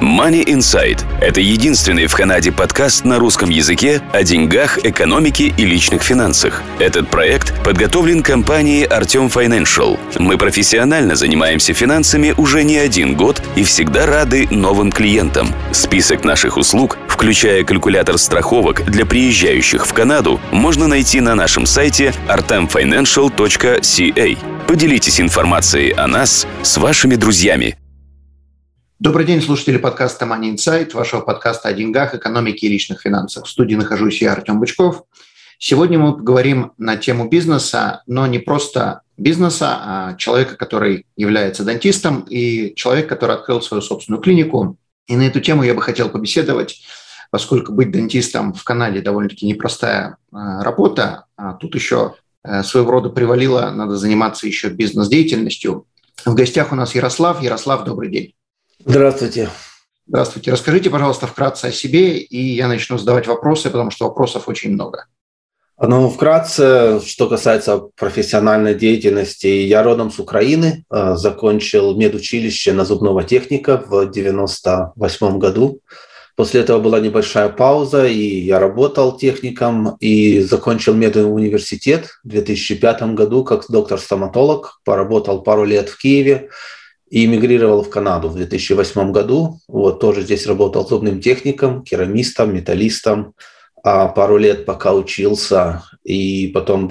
Money Insight – это единственный в Канаде подкаст на русском языке о деньгах, экономике и личных финансах. Этот проект подготовлен компанией Artem Financial. Мы профессионально занимаемся финансами уже не один год и всегда рады новым клиентам. Список наших услуг, включая калькулятор страховок для приезжающих в Канаду, можно найти на нашем сайте artemfinancial.ca. Поделитесь информацией о нас с вашими друзьями. Добрый день, слушатели подкаста Money Insight, вашего подкаста о деньгах, экономике и личных финансах. В студии нахожусь я, Артем Бычков. Сегодня мы поговорим на тему бизнеса, но не просто бизнеса, а человека, который является дантистом, и человек, который открыл свою собственную клинику. И на эту тему я бы хотел побеседовать, поскольку быть дантистом в Канаде довольно-таки непростая работа, а тут еще своего рода привалило, надо заниматься еще бизнес-деятельностью. В гостях у нас Ярослав. Ярослав, добрый день. Здравствуйте. Здравствуйте. Расскажите, пожалуйста, вкратце о себе, и я начну задавать вопросы, потому что вопросов очень много. Вкратце, что касается профессиональной деятельности, я родом с Украины, закончил медучилище на зубного техника в 1998 году. После этого была небольшая пауза, и я работал техником и закончил медуниверситет в 2005 году как доктор-стоматолог, поработал пару лет в Киеве и эмигрировал в Канаду в 2008 году. Тоже здесь работал зубным техником, керамистом, металлистом. Пару лет пока учился, и потом в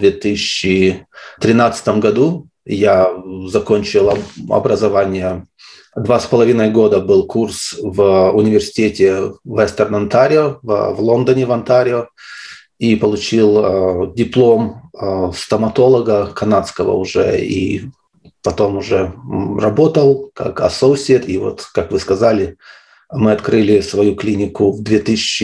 2013 году я закончил образование. 2,5 года был курс в университете Western Ontario, в Лондоне, в Онтарио, и получил диплом стоматолога канадского уже, и потом уже работал как associate, и как вы сказали, мы открыли свою клинику в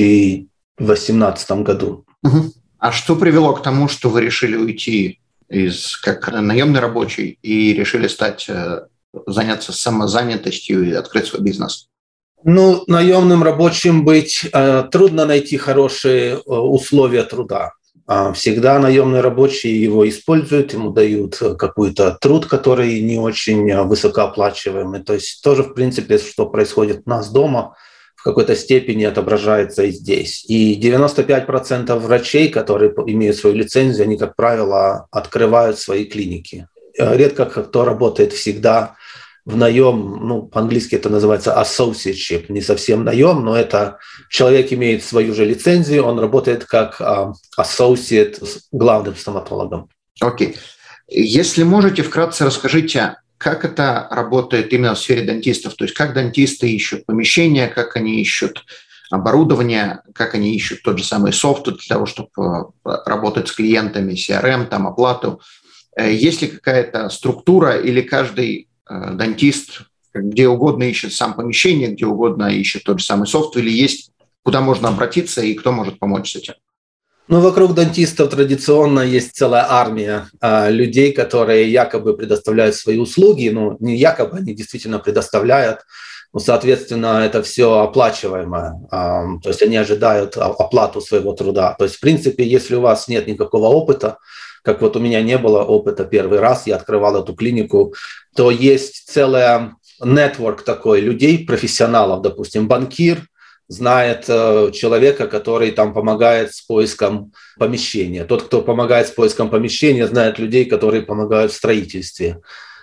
2018 году. А что привело к тому, что вы решили уйти как наемный рабочий и решили заняться самозанятостью и открыть свой бизнес? Наемным рабочим быть трудно найти хорошие условия труда. Всегда наемный рабочий его используют, ему дают какой-то труд, который не очень высокооплачиваемый. То есть тоже, в принципе, что происходит у нас дома, в какой-то степени отображается и здесь. И 95% врачей, которые имеют свою лицензию, они, как правило, открывают свои клиники. Редко кто работает всегда в наем, по-английски это называется associateship, не совсем наем, но это человек имеет свою же лицензию, он работает как associate с главным стоматологом. Окей. Если можете, вкратце расскажите, как это работает именно в сфере дантистов, то есть как дантисты ищут помещения, как они ищут оборудование, как они ищут тот же самый софт для того, чтобы работать с клиентами, CRM, оплату. Есть ли какая-то структура или каждый дантист где угодно ищет сам помещение, где угодно ищет тот же самый софт, или есть куда можно обратиться и кто может помочь с этим? Вокруг дантистов традиционно есть целая армия людей, которые якобы предоставляют свои услуги, не якобы, они действительно предоставляют, соответственно, это все оплачиваемое, то есть они ожидают оплату своего труда. То есть, в принципе, если у вас нет никакого опыта, как у меня не было опыта первый раз, я открывал эту клинику, то есть целый нетворк такой людей, профессионалов, допустим, банкир знает человека, который помогает с поиском помещения. Тот, кто помогает с поиском помещения, знает людей, которые помогают в строительстве.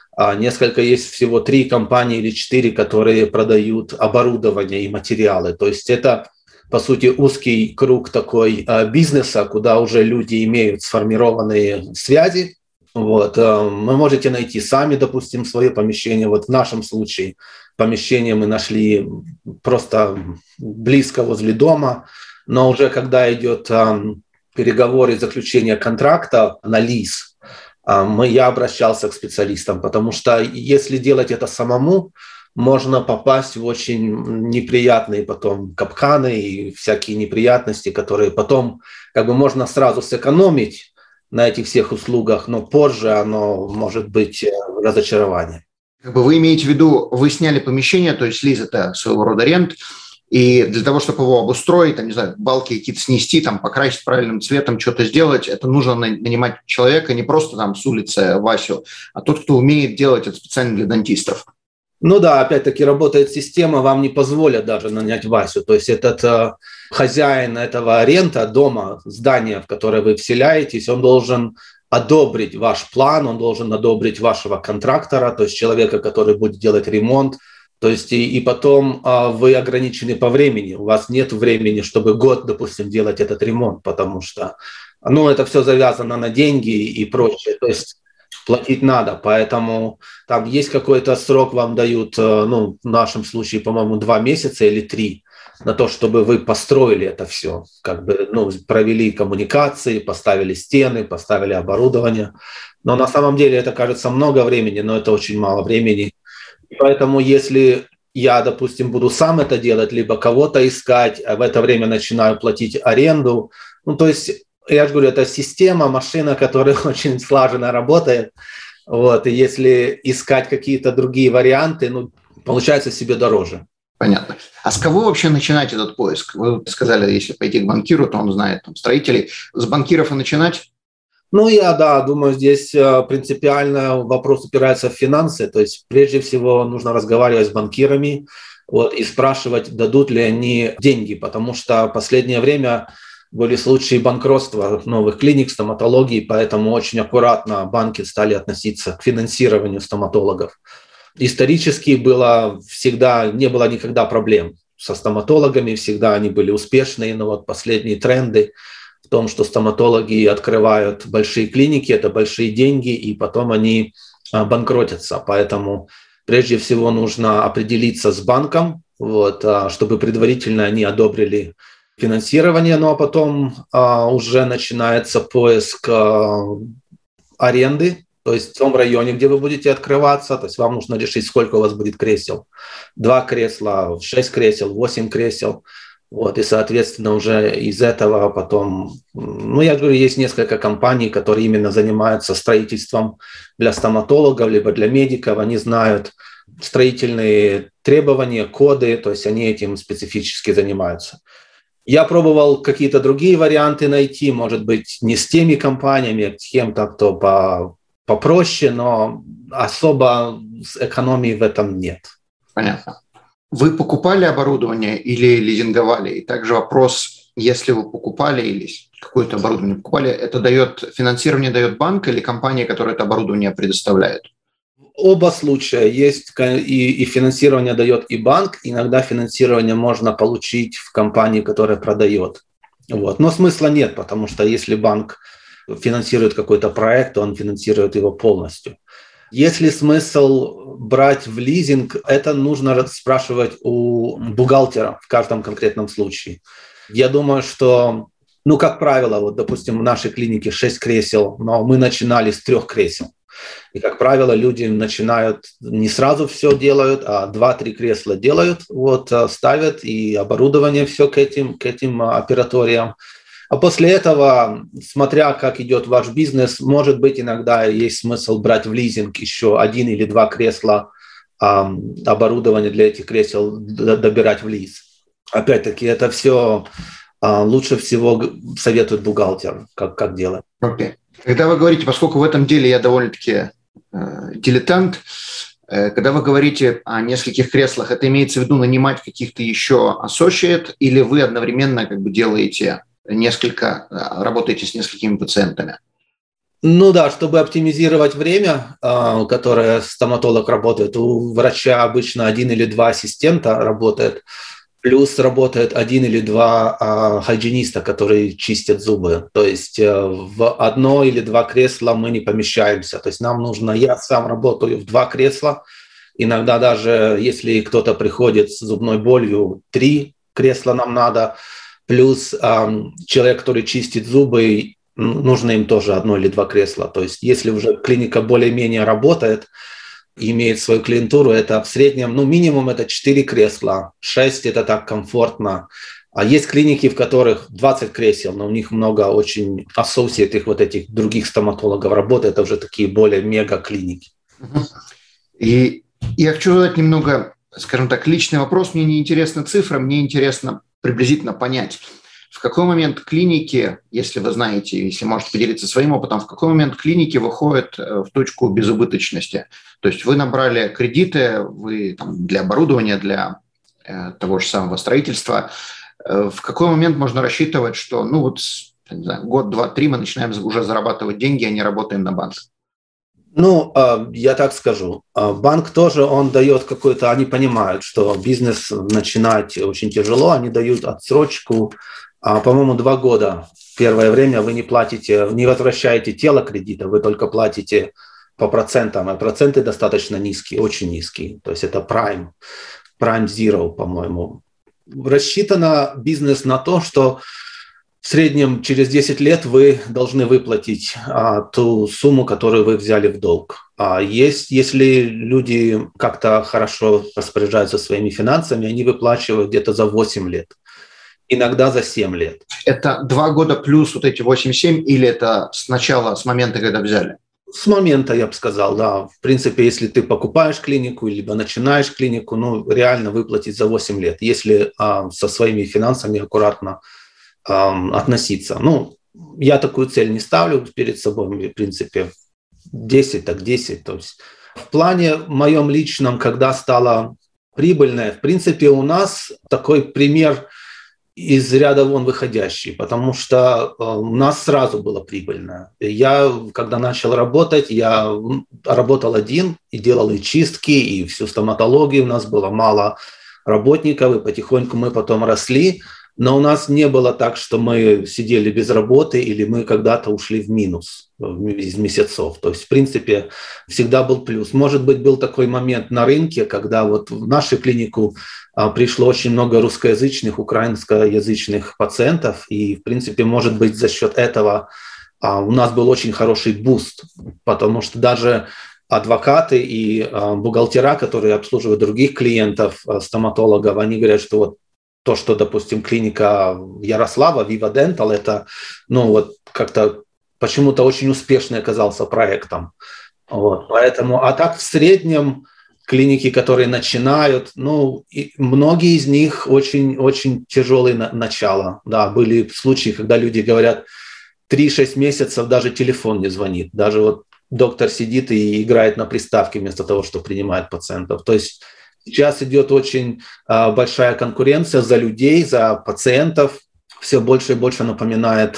Есть всего 3 компании или 4, которые продают оборудование и материалы. То есть это, по сути, узкий круг такой бизнеса, куда уже люди имеют сформированные связи. Вы можете найти сами, допустим, свое помещение. В нашем случае помещение мы нашли просто близко возле дома, но уже когда идет переговоры и заключение контракта на лиз, я обращался к специалистам, потому что если делать это самому, можно попасть в очень неприятные потом капканы и всякие неприятности, которые потом можно сразу сэкономить на этих всех услугах, но позже оно может быть разочарование. Вы имеете в виду, вы сняли помещение, то есть лиз – это своего рода рент, и для того, чтобы его обустроить, балки какие-то снести, покрасить правильным цветом, что-то сделать, это нужно нанимать человека не просто с улицы Васю, а тот, кто умеет делать это специально для дантистов. Ну да, опять-таки работает система, вам не позволят даже нанять Васю. То есть этот хозяин этого аренда дома, здания, в которое вы вселяетесь, он должен одобрить ваш план, он должен одобрить вашего контрактора, то есть человека, который будет делать ремонт. То есть и потом вы ограничены по времени. У вас нет времени, чтобы год, допустим, делать этот ремонт, потому что это все завязано на деньги и прочее. То есть платить надо, поэтому там есть какой-то срок, вам дают, в нашем случае, по-моему, 2 месяца или 3, на то, чтобы вы построили это все, провели коммуникации, поставили стены, поставили оборудование. Но на самом деле это кажется много времени, но это очень мало времени. И поэтому если я, допустим, буду сам это делать, либо кого-то искать, а в это время начинаю платить аренду, то есть я же говорю, это система, машина, которая очень слаженно работает. И если искать какие-то другие варианты, получается себе дороже. Понятно. А с кого вообще начинать этот поиск? Вы сказали, если пойти к банкиру, то он знает строителей. С банкиров и начинать? Я думаю, здесь принципиально вопрос упирается в финансы. То есть прежде всего нужно разговаривать с банкирами и спрашивать, дадут ли они деньги, потому что в последнее время были случаи банкротства новых клиник стоматологии, поэтому очень аккуратно банки стали относиться к финансированию стоматологов. Исторически не было никогда проблем со стоматологами, всегда они были успешные, но последние тренды в том, что стоматологи открывают большие клиники, это большие деньги, и потом они банкротятся. Поэтому прежде всего нужно определиться с банком, чтобы предварительно они одобрили финансирование, а потом уже начинается поиск аренды, то есть в том районе, где вы будете открываться, то есть вам нужно решить, сколько у вас будет кресел. 2 кресла, 6 кресел, 8 кресел. И, соответственно, уже из этого потом, я говорю, есть несколько компаний, которые именно занимаются строительством для стоматологов, либо для медиков, они знают строительные требования, коды, то есть они этим специфически занимаются. Я пробовал какие-то другие варианты найти, может быть, не с теми компаниями, а с кем-то, кто попроще, но особо с экономией в этом нет. Понятно. Вы покупали оборудование или лизинговали? И также вопрос, если вы покупали или какое-то оборудование покупали, финансирование дает банк или компания, которая это оборудование предоставляет? Оба случая есть, и финансирование дает и банк, иногда финансирование можно получить в компании, которая продает. Но смысла нет, потому что если банк финансирует какой-то проект, то он финансирует его полностью. Если смысл брать в лизинг, это нужно спрашивать у бухгалтера в каждом конкретном случае. Я думаю, что, как правило, допустим, в нашей клинике 6 кресел, но мы начинали с 3 кресел. И, как правило, люди начинают, не сразу все делают, а 2-3 кресла делают, ставят и оборудование все к этим операториям. А после этого, смотря как идет ваш бизнес, может быть, иногда есть смысл брать в лизинг еще 1 или 2 кресла, оборудование для этих кресел добирать в лиз. Опять-таки, это все лучше всего советует бухгалтер, как делать. Okay. Когда вы говорите, поскольку в этом деле я довольно-таки дилетант, когда вы говорите о нескольких креслах, это имеется в виду нанимать каких-то еще associate, или вы одновременно делаете работаете с несколькими пациентами? Чтобы оптимизировать время, которое стоматолог работает, у врача обычно 1 или 2 ассистента работает, плюс работает 1 или 2 хайджиниста, которые чистят зубы. То есть в 1 или 2 кресла мы не помещаемся. То есть нам нужно, я сам работаю в 2 кресла, иногда даже если кто-то приходит с зубной болью, 3 кресла нам надо, плюс человек, который чистит зубы, нужно им тоже 1 или 2 кресла. То есть если уже клиника более-менее работает, имеет свою клиентуру, это в среднем, минимум это 4 кресла, 6 это так комфортно. А есть клиники, в которых 20 кресел, но у них много очень ассоциатных этих других стоматологов работает, это уже такие более мега-клиники. И я хочу задать немного, скажем так, личный вопрос. Мне не интересна цифра, мне интересно приблизительно понять. в какой момент клиники, если вы знаете, если можете поделиться своим опытом, в какой момент клиники выходят в точку безубыточности? То есть вы набрали кредиты, вы там, для оборудования, для того же самого строительства. В какой момент можно рассчитывать, что не знаю, год, два, три мы начинаем уже зарабатывать деньги, а не работаем на банк? Я так скажу. Банк тоже, он дает какой-то, они понимают, что бизнес начинать очень тяжело, они дают отсрочку, по-моему, 2 года. Первое время вы не платите, не возвращаете тело кредита, вы только платите по процентам, а проценты достаточно низкие, очень низкие. То есть это Prime Zero, по-моему. Рассчитано бизнес на то, что в среднем через 10 лет вы должны выплатить ту сумму, которую вы взяли в долг. Если люди как-то хорошо распоряжаются своими финансами, они выплачивают где-то за 8 лет, иногда за 7 лет. Это 2 года плюс вот эти 8-7 или это сначала, с момента, когда взяли? С момента, я бы сказал, да. В принципе, если ты покупаешь клинику, либо начинаешь клинику, реально выплатить за 8 лет, если со своими финансами аккуратно относиться. Я такую цель не ставлю перед собой, в принципе, 10 так 10. То есть в плане моем личном, когда стало прибыльное, в принципе, у нас такой пример из ряда вон выходящий, потому что у нас сразу было прибыльно. Я, когда начал работать, я работал один и делал и чистки, и всю стоматологию. У нас было мало работников, и потихоньку мы потом росли. Но у нас не было так, что мы сидели без работы или мы когда-то ушли в минус из месяцев. То есть, в принципе, всегда был плюс. Может быть, был такой момент на рынке, когда вот в нашу клинику пришло очень много русскоязычных, украинскоязычных пациентов. И, в принципе, может быть, за счет этого у нас был очень хороший буст, потому что даже адвокаты и бухгалтера, которые обслуживают других клиентов, стоматологов, они говорят, что вот то, что, допустим, клиника Ярослава, Viva Dental, это, как-то почему-то очень успешный оказался проектом. Поэтому, а так в среднем клиники, которые начинают, и многие из них очень тяжелые начало. Да, были случаи, когда люди говорят, 3-6 месяцев даже телефон не звонит. Даже вот доктор сидит и играет на приставке вместо того, что принимает пациентов. То есть сейчас идет очень большая конкуренция за людей, за пациентов. Все больше и больше напоминает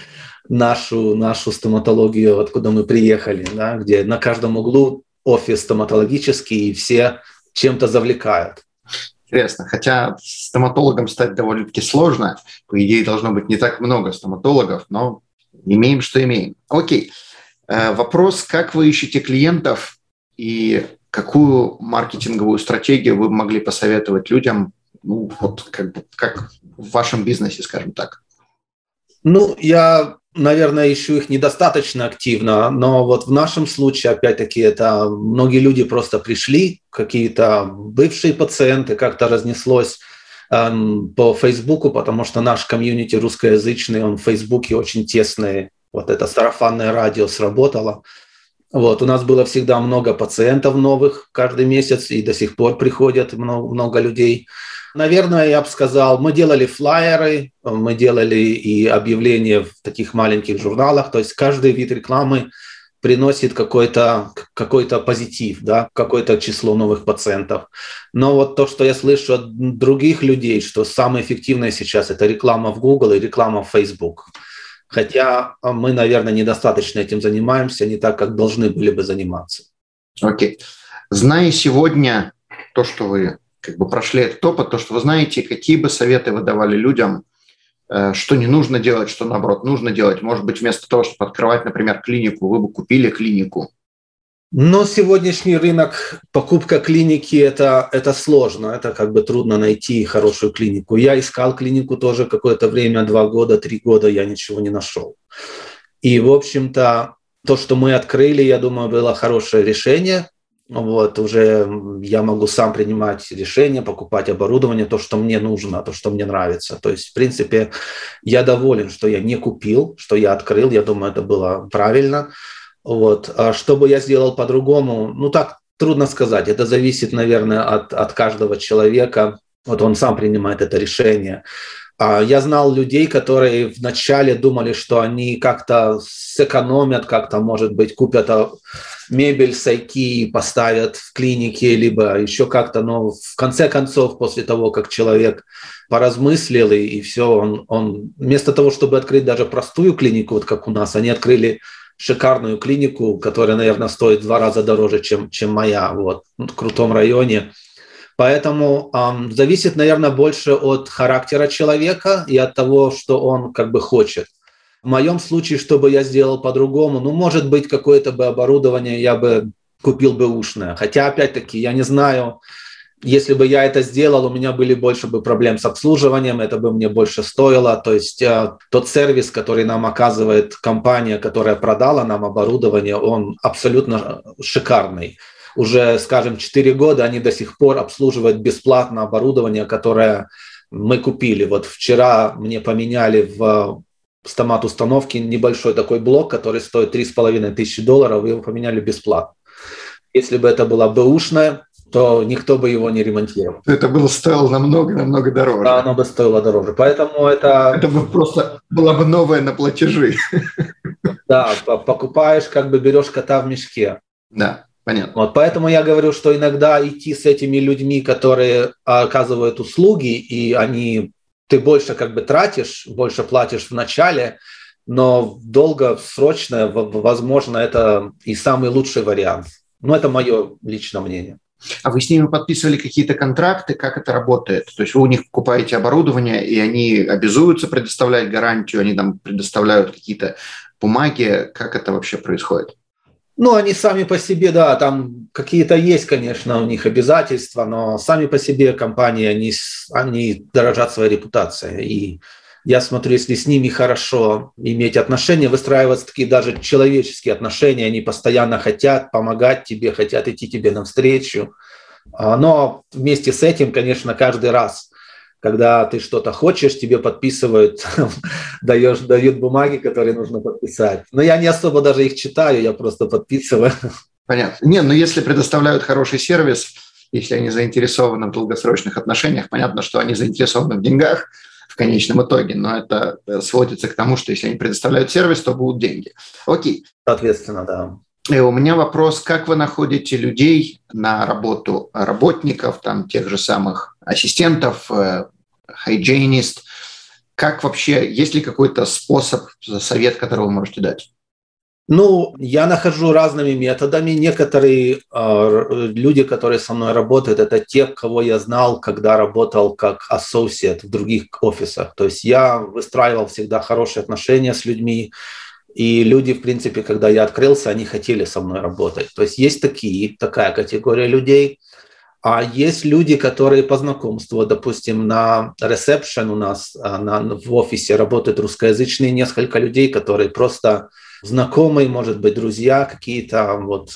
нашу стоматологию, откуда мы приехали, да, где на каждом углу офис стоматологический, и все чем-то завлекают. Интересно. Хотя стоматологом стать довольно-таки сложно. По идее, должно быть не так много стоматологов, но имеем, что имеем. Окей. Вопрос, как вы ищете клиентов и какую маркетинговую стратегию вы могли посоветовать людям, как в вашем бизнесе, скажем так? Я, наверное, ищу их недостаточно активно, но вот в нашем случае, опять-таки, это многие люди просто пришли, какие-то бывшие пациенты, как-то разнеслось по Фейсбуку, потому что наш комьюнити русскоязычный, он в Фейсбуке очень тесный, вот это сарафанное радио сработало. У нас было всегда много пациентов новых каждый месяц, и до сих пор приходят много людей. Наверное, я бы сказал, мы делали флаеры, мы делали и объявления в таких маленьких журналах, то есть каждый вид рекламы приносит какой-то позитив, да, какое-то число новых пациентов. Но вот то, что я слышу от других людей, что самое эффективное сейчас – это реклама в Google и реклама в Facebook. Хотя мы, наверное, недостаточно этим занимаемся, не так, как должны были бы заниматься. Окей. Зная сегодня то, что вы прошли этот опыт, то, что вы знаете, какие бы советы вы давали людям, что не нужно делать, что, наоборот, нужно делать? Может быть, вместо того, чтобы открывать, например, клинику, вы бы купили клинику? Но сегодняшний рынок, покупка клиники – это сложно, это трудно найти хорошую клинику. Я искал клинику тоже какое-то время, 2 года, 3 года, я ничего не нашел. И, в общем-то, то, что мы открыли, я думаю, было хорошее решение. Уже я могу сам принимать решения, покупать оборудование, то, что мне нужно, то, что мне нравится. То есть, в принципе, я доволен, что я не купил, что я открыл, я думаю, это было правильно. А что бы я сделал по-другому? Так трудно сказать. Это зависит, наверное, от каждого человека. Он сам принимает это решение. Я знал людей, которые вначале думали, что они как-то сэкономят, как-то, может быть, купят мебель с IKEA и поставят в клинике, либо еще как-то, но в конце концов, после того, как человек поразмыслил и все, он вместо того, чтобы открыть даже простую клинику, вот как у нас, они открыли шикарную клинику, которая, наверное, стоит в 2 раза дороже, чем моя, вот, в крутом районе. Поэтому зависит, наверное, больше от характера человека и от того, что он как бы хочет. В моем случае, что бы я сделал по-другому, может быть, какое-то бы оборудование я бы купил бэушное. Хотя, опять-таки, я не знаю, если бы я это сделал, у меня были больше бы проблем с обслуживанием, это бы мне больше стоило. То есть тот сервис, который нам оказывает компания, которая продала нам оборудование, он абсолютно шикарный. Уже, скажем, 4 года они до сих пор обслуживают бесплатно оборудование, которое мы купили. Вот вчера мне поменяли в стомат-установке небольшой такой блок, который стоит $3500, его поменяли бесплатно. Если бы это было бэушное, то никто бы его не ремонтировал. Это стоило намного дороже. Да, оно бы стоило дороже. Поэтому это бы просто была бы новая на платежи. Да, покупаешь, как бы берешь кота в мешке. Да, понятно. Вот, поэтому я говорю, что иногда идти с этими людьми, которые оказывают услуги, и ты больше как бы тратишь, больше платишь в начале, но долгосрочно, возможно, это и самый лучший вариант. Это мое личное мнение. А вы с ними подписывали какие-то контракты? Как это работает? То есть вы у них покупаете оборудование, и они обязуются предоставлять гарантию, они там предоставляют какие-то бумаги. Как это вообще происходит? Они сами по себе, да, там какие-то есть, конечно, у них обязательства, но сами по себе компании, они дорожат своей репутацией. И я смотрю, если с ними хорошо иметь отношения, выстраиваться такие даже человеческие отношения, они постоянно хотят помогать тебе, хотят идти тебе навстречу. Но вместе с этим, конечно, каждый раз, когда ты что-то хочешь, тебе подписывают, дают бумаги, которые нужно подписать. Но я не особо даже их читаю, я просто подписываю. Понятно. Если предоставляют хороший сервис, если они заинтересованы в долгосрочных отношениях, понятно, что они заинтересованы в деньгах в конечном итоге, но это сводится к тому, что если они предоставляют сервис, то будут деньги. Окей. Соответственно, да. И у меня вопрос, как вы находите людей на работу, работников, там, тех же самых ассистентов, хайджинист? Как вообще, есть ли какой-то способ, совет, который вы можете дать? Я нахожу разными методами. Некоторые люди, которые со мной работают, это те, кого я знал, когда работал как associate в других офисах. То есть я выстраивал всегда хорошие отношения с людьми, и люди, в принципе, когда я открылся, они хотели со мной работать. То есть есть такая категория людей. А есть люди, которые по знакомству, допустим, на ресепшн у нас в офисе работают русскоязычные несколько людей, которые просто знакомые, может быть, друзья какие-то,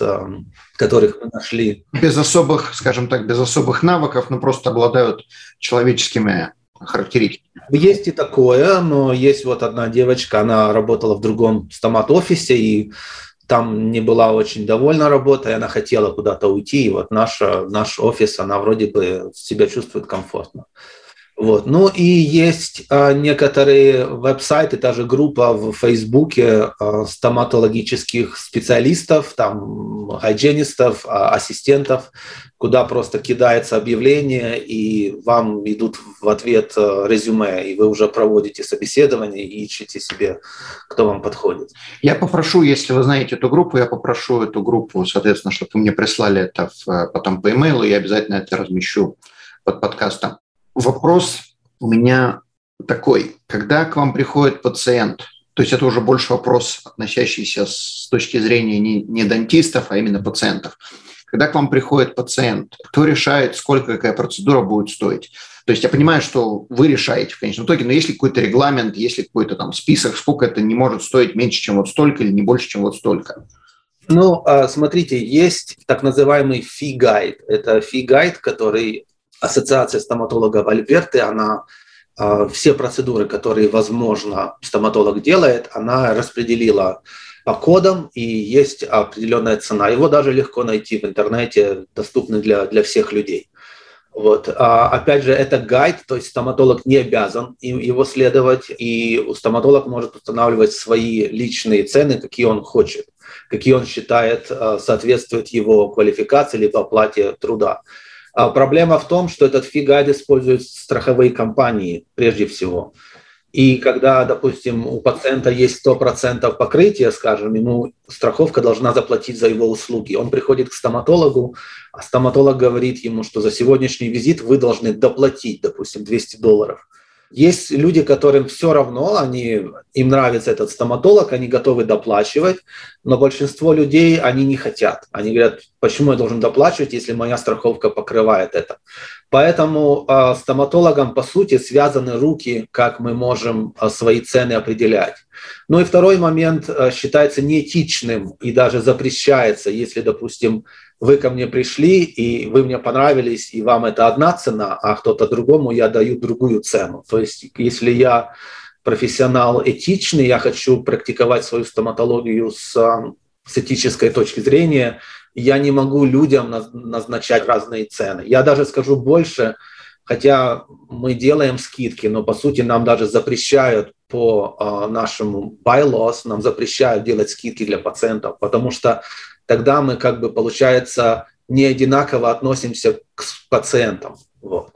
которых мы нашли. Без особых, скажем так, без особых навыков, но просто обладают человеческими характеристиками. Есть и такое, но есть одна девочка, она работала в другом стомат-офисе, и там не была очень довольна работой, она хотела куда-то уйти, и наш офис, она вроде бы себя чувствует комфортно. И есть некоторые веб-сайты, та же группа в Фейсбуке стоматологических специалистов, там, хайджинистов, ассистентов, куда просто кидается объявление, и вам идут в ответ резюме, и вы уже проводите собеседование и ищете себе, кто вам подходит. Я попрошу, если вы знаете эту группу, соответственно, чтобы вы мне прислали это потом по имейлу, я обязательно это размещу под подкастом. Вопрос у меня такой. Когда к вам приходит пациент, то есть это уже больше вопрос, относящийся с точки зрения не дантистов, а именно пациентов. Когда к вам приходит пациент, кто решает, сколько какая процедура будет стоить? То есть я понимаю, что вы решаете в конечном итоге, но есть ли какой-то регламент, есть ли какой-то там список, сколько это не может стоить меньше, чем столько или не больше, чем столько? Смотрите, есть так называемый fee-guide. Это fee-guide, который Ассоциация стоматологов Альберты, она все процедуры, которые, возможно, стоматолог делает, она распределила по кодам, и есть определенная цена. Его даже легко найти в интернете, доступный для всех людей. Вот. Опять же, это гайд, то есть стоматолог не обязан его следовать, и стоматолог может устанавливать свои личные цены, какие он хочет, какие он считает соответствуют его квалификации либо оплате труда. Проблема в том, что этот фи-гайд используют страховые компании прежде всего. И когда, допустим, у пациента есть 100% покрытия, скажем, ему страховка должна заплатить за его услуги. Он приходит к стоматологу, а стоматолог говорит ему, что за сегодняшний визит вы должны доплатить, допустим, $200. Есть люди, которым все равно, им нравится этот стоматолог, они готовы доплачивать, но большинство людей, они не хотят. Они говорят, почему я должен доплачивать, если моя страховка покрывает это. Поэтому стоматологам, по сути, связаны руки, как мы можем свои цены определять. Ну и второй момент считается неэтичным и даже запрещается, если, допустим, вы ко мне пришли, и вы мне понравились, и вам это одна цена, а кто-то другому я даю другую цену. То есть если я профессионал этичный, я хочу практиковать свою стоматологию с этической точки зрения, я не могу людям назначать разные цены. Я даже скажу больше, хотя мы делаем скидки, но по сути нам даже запрещают по нашему bylaws, нам запрещают делать скидки для пациентов, потому что тогда мы, получается, не одинаково относимся к пациентам. Вот.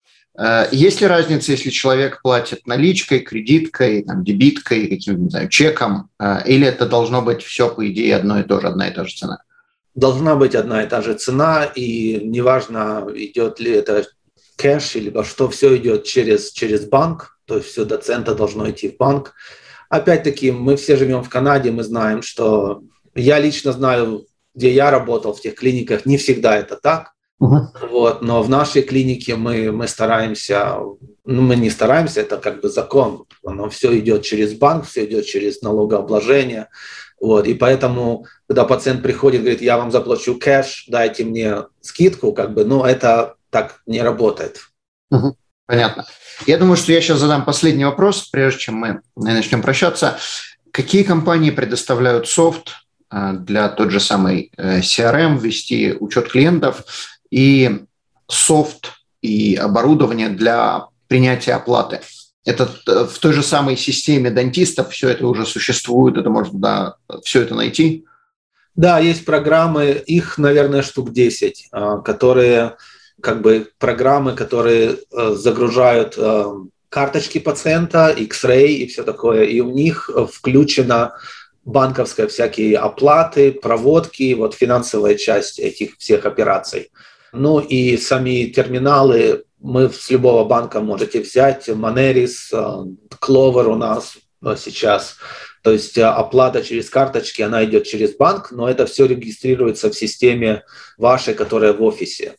Есть ли разница, если человек платит наличкой, кредиткой, дебиткой, каким-то, не знаю, чеком, или это должно быть все, по идее, одна и та же цена? Должна быть одна и та же цена, и неважно, идет ли это кэш, либо что, все идет через банк, то есть все до цента должно идти в банк. Опять-таки, мы все живем в Канаде, мы знаем, что я лично знаю, где я работал, в тех клиниках, не всегда это так. Вот, но в нашей клинике мы стараемся, мы не стараемся, это закон, но все идет через банк, все идет через налогообложение. Вот, и поэтому, когда пациент приходит и говорит, я вам заплачу кэш, дайте мне скидку, это так не работает. Понятно. Я думаю, что я сейчас задам последний вопрос, прежде чем мы начнем прощаться. Какие компании предоставляют софт для тот же самый CRM, вести учет клиентов и софт и оборудование для принятия оплаты? Это в той же самой системе дантистов все это уже существует, это можно все это найти? Да, есть программы, их, наверное, штук 10, которые программы, которые загружают карточки пациента, X-ray и все такое, и у них включена банковская всякие оплаты, проводки, финансовая часть этих всех операций. Ну и сами терминалы мы с любого банка можете взять, Moneris, Clover у нас сейчас. То есть оплата через карточки, она идет через банк, но это все регистрируется в системе вашей, которая в офисе.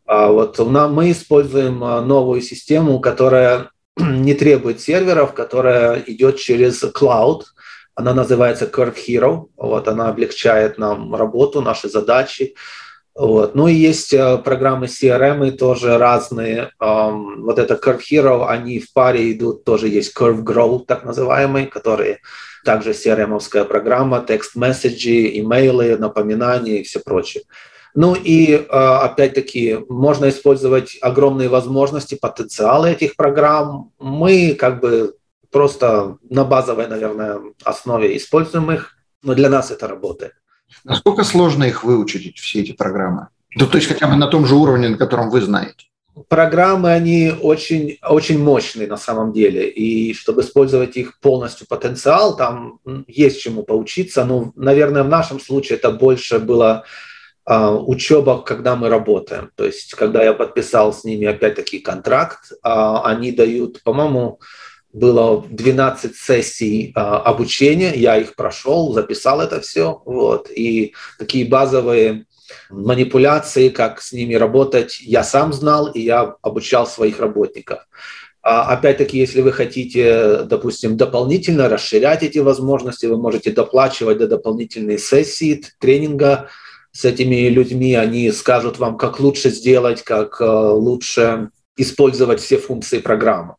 Мы используем новую систему, которая не требует серверов, которая идет через cloud. Она называется Curve Hero. Она облегчает нам работу, наши задачи. Ну и есть программы CRM тоже разные. Это Curve Hero, они в паре идут, тоже есть Curve Grow, так называемый, который также CRM-овская программа, текст-месседжи, имейлы, напоминания и все прочее. Ну и опять-таки можно использовать огромные возможности, потенциалы этих программ. Мы просто на базовой, наверное, основе используем их, но для нас это работает. Насколько сложно их выучить, все эти программы? То есть хотя бы на том же уровне, на котором вы знаете? Программы, они очень, очень мощные на самом деле. И чтобы использовать их полностью потенциал, там есть чему поучиться. Ну, наверное, в нашем случае это больше было учеба, когда мы работаем. То есть, когда я подписал с ними опять-таки контракт, они дают, по-моему, было 12 сессий обучения, я их прошел, записал это все. И такие базовые манипуляции, как с ними работать, я сам знал, и я обучал своих работников. Опять-таки, если вы хотите, допустим, дополнительно расширять эти возможности, вы можете доплачивать до дополнительной сессии тренинга с этими людьми, они скажут вам, как лучше сделать, как лучше использовать все функции программы.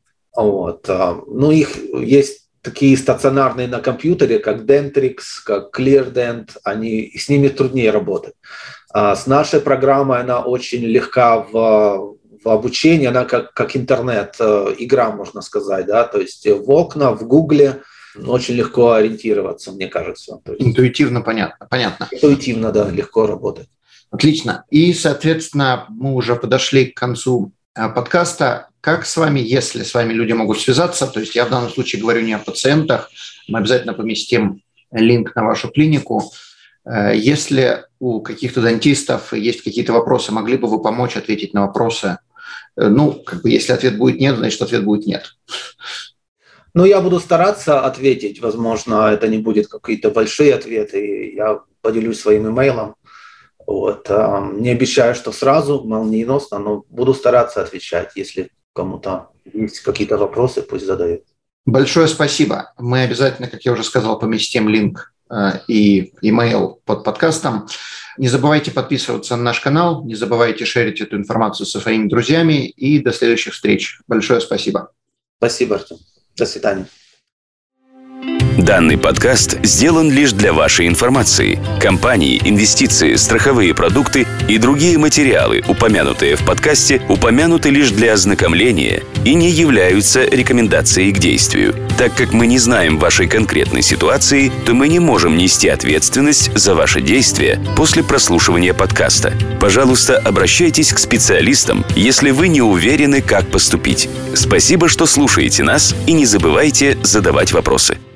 Ну, их есть такие стационарные на компьютере, как Dentrix, как ClearDent, с ними труднее работать. С нашей программой она очень легка в в обучении, она как интернет-игра, можно сказать, да, то есть в окна, в Гугле очень легко ориентироваться, мне кажется. То есть интуитивно понятно. Интуитивно, да, легко работать. Отлично. И, соответственно, мы уже подошли к концу подкаста. Как с вами, если с вами люди могут связаться, то есть я в данном случае говорю не о пациентах, мы обязательно поместим линк на вашу клинику. Если у каких-то дантистов есть какие-то вопросы, могли бы вы помочь ответить на вопросы? Если ответ будет нет, значит, ответ будет нет. Я буду стараться ответить. Возможно, это не будет какие-то большие ответы. Я поделюсь своим имейлом. Не обещаю, что сразу, молниеносно, но буду стараться отвечать. Если кому-то есть какие-то вопросы, пусть задают. Большое спасибо. Мы обязательно, как я уже сказал, поместим линк и имейл под подкастом. Не забывайте подписываться на наш канал, не забывайте шерить эту информацию со своими друзьями. И до следующих встреч. Большое спасибо. Спасибо, Артем. До свидания. Данный подкаст сделан лишь для вашей информации. Компании, инвестиции, страховые продукты и другие материалы, упомянутые в подкасте, упомянуты лишь для ознакомления и не являются рекомендацией к действию. Так как мы не знаем вашей конкретной ситуации, то мы не можем нести ответственность за ваши действия после прослушивания подкаста. Пожалуйста, обращайтесь к специалистам, если вы не уверены, как поступить. Спасибо, что слушаете нас, и не забывайте задавать вопросы.